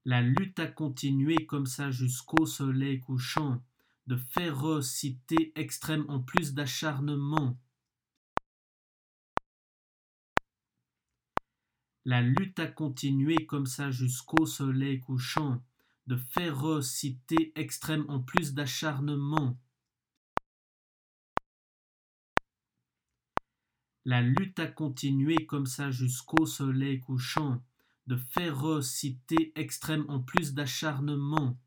La lutte a continué comme ça jusqu'au soleil couchant, de férocité extrême en plus d'acharnement. La lutte a continué comme ça jusqu'au soleil couchant, de férocité extrême en plus d'acharnement. La lutte a continué comme ça jusqu'au soleil couchant, de férocité extrême en plus d'acharnement.